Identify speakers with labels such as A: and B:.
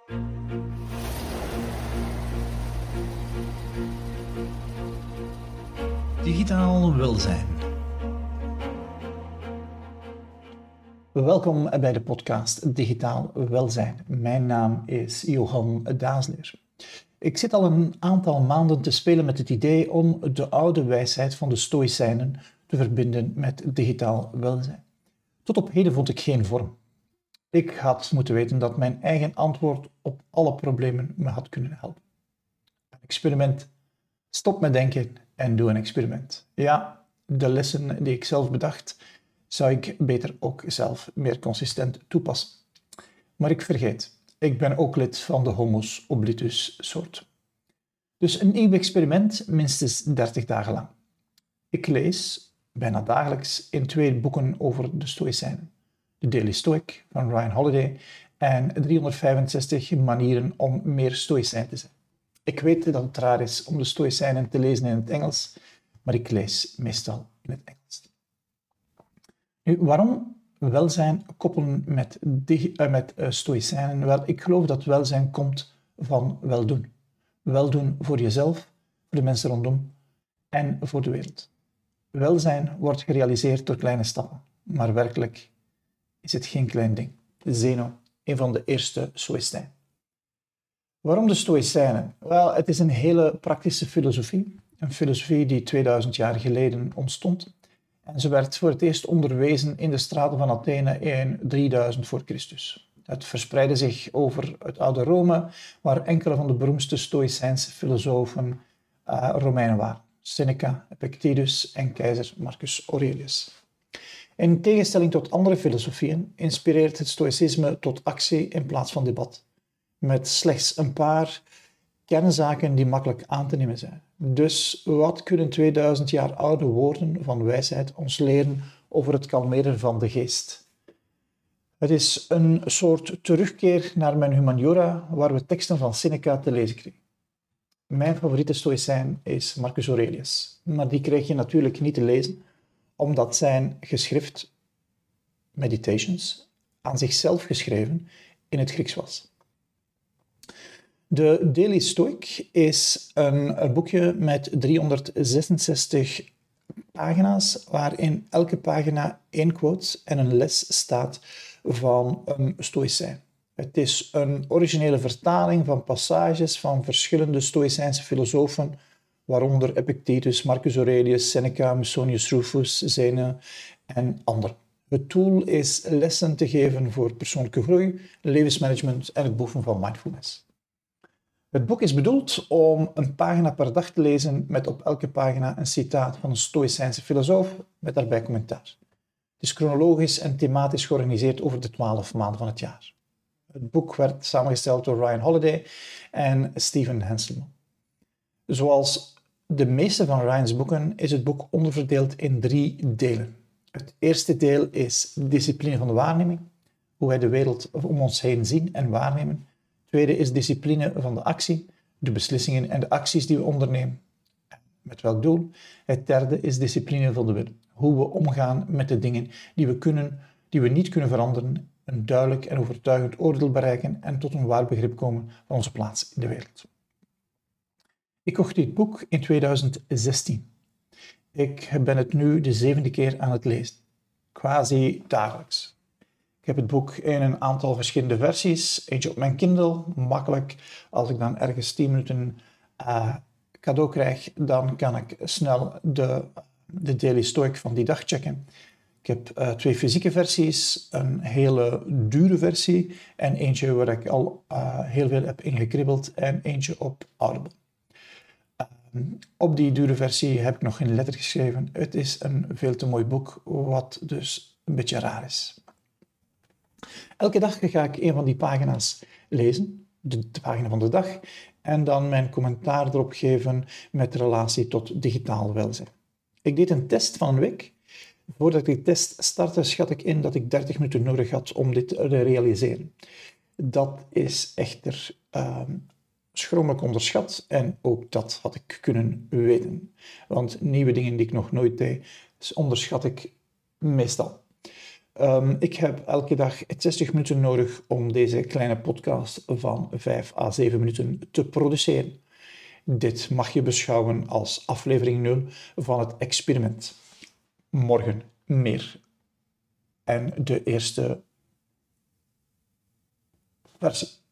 A: Digitaal welzijn. Welkom bij de podcast Digitaal Welzijn. Mijn naam is Johan Daasleer. Ik zit al een aantal maanden te spelen met het idee om de oude wijsheid van de Stoïcijnen te verbinden met digitaal welzijn. Tot op heden vond ik geen vorm. Ik had moeten weten dat mijn eigen antwoord op alle problemen me had kunnen helpen. Een experiment. Stop met denken en doe een experiment. Ja, de lessen die ik zelf bedacht, zou ik beter ook zelf meer consistent toepassen. Maar ik vergeet, ik ben ook lid van de Homus oblitus soort. Dus een nieuw experiment, minstens 30 dagen lang. Ik lees bijna dagelijks in 2 boeken over de Stoïcijnen. The Daily Stoic van Ryan Holiday en 365 manieren om meer Stoïcijn te zijn. Ik weet dat het raar is om de Stoïcijnen te lezen in het Engels, maar ik lees meestal in het Engels. Nu, waarom welzijn koppelen met Stoïcijnen? Wel, ik geloof dat welzijn komt van weldoen. Weldoen voor jezelf, voor de mensen rondom en voor de wereld. Welzijn wordt gerealiseerd door kleine stappen, maar werkelijk is het geen klein ding. Zeno, een van de eerste Stoïcijnen. Waarom de Stoïcijnen? Wel, het is een hele praktische filosofie. Een filosofie die 2000 jaar geleden ontstond. En ze werd voor het eerst onderwezen in de straten van Athene in 3000 voor Christus. Het verspreidde zich over het oude Rome, waar enkele van de beroemdste Stoïcijnse filosofen Romeinen waren. Seneca, Epictetus en keizer Marcus Aurelius. In tegenstelling tot andere filosofieën inspireert het Stoïcisme tot actie in plaats van debat. Met slechts een paar kernzaken die makkelijk aan te nemen zijn. Dus wat kunnen 2000 jaar oude woorden van wijsheid ons leren over het kalmeren van de geest? Het is een soort terugkeer naar mijn humaniora, waar we teksten van Seneca te lezen kregen. Mijn favoriete Stoïcijn is Marcus Aurelius, maar die kreeg je natuurlijk niet te lezen, omdat zijn geschrift, Meditations, aan zichzelf geschreven, in het Grieks was. De Daily Stoic is een boekje met 366 pagina's, waarin elke pagina 1 quote en een les staat van een Stoïcijn. Het is een originele vertaling van passages van verschillende Stoïcijnse filosofen, waaronder Epictetus, Marcus Aurelius, Seneca, Musonius Rufus, Zeno en anderen. Het doel is lessen te geven voor persoonlijke groei, levensmanagement en het beoefenen van mindfulness. Het boek is bedoeld om een pagina per dag te lezen met op elke pagina een citaat van een Stoïcijnse filosoof met daarbij commentaar. Het is chronologisch en thematisch georganiseerd over de 12 maanden van het jaar. Het boek werd samengesteld door Ryan Holiday en Steven Hanselman. Zoals de meeste van Ryan's boeken is het boek onderverdeeld in 3 delen. Het eerste deel is discipline van de waarneming, hoe wij de wereld om ons heen zien en waarnemen. Het tweede is discipline van de actie, de beslissingen en de acties die we ondernemen. Met welk doel? Het derde is discipline van de wil, hoe we omgaan met de dingen die we niet kunnen veranderen, een duidelijk en overtuigend oordeel bereiken en tot een waar begrip komen van onze plaats in de wereld. Ik kocht dit boek in 2016. Ik ben het nu de 7e keer aan het lezen, quasi dagelijks. Ik heb het boek in een aantal verschillende versies, eentje op mijn Kindle, makkelijk. Als ik dan ergens 10 minuten cadeau krijg, dan kan ik snel de Daily Stoic van die dag checken. Ik heb 2 fysieke versies, een hele dure versie en eentje waar ik al heel veel heb ingekribbeld en eentje op Audible. Op die dure versie heb ik nog geen letter geschreven. Het is een veel te mooi boek, wat dus een beetje raar is. Elke dag ga ik een van die pagina's lezen, de pagina van de dag, en dan mijn commentaar erop geven met relatie tot digitaal welzijn. Ik deed een test van een week. Voordat ik die test startte, schat ik in dat ik 30 minuten nodig had om dit te realiseren. Dat is echter schromelijk onderschat en ook dat had ik kunnen weten. Want nieuwe dingen die ik nog nooit deed, onderschat ik meestal. Ik heb elke dag 60 minuten nodig om deze kleine podcast van 5 à 7 minuten te produceren. Dit mag je beschouwen als aflevering 0 van het experiment. Morgen meer. En de eerste versie.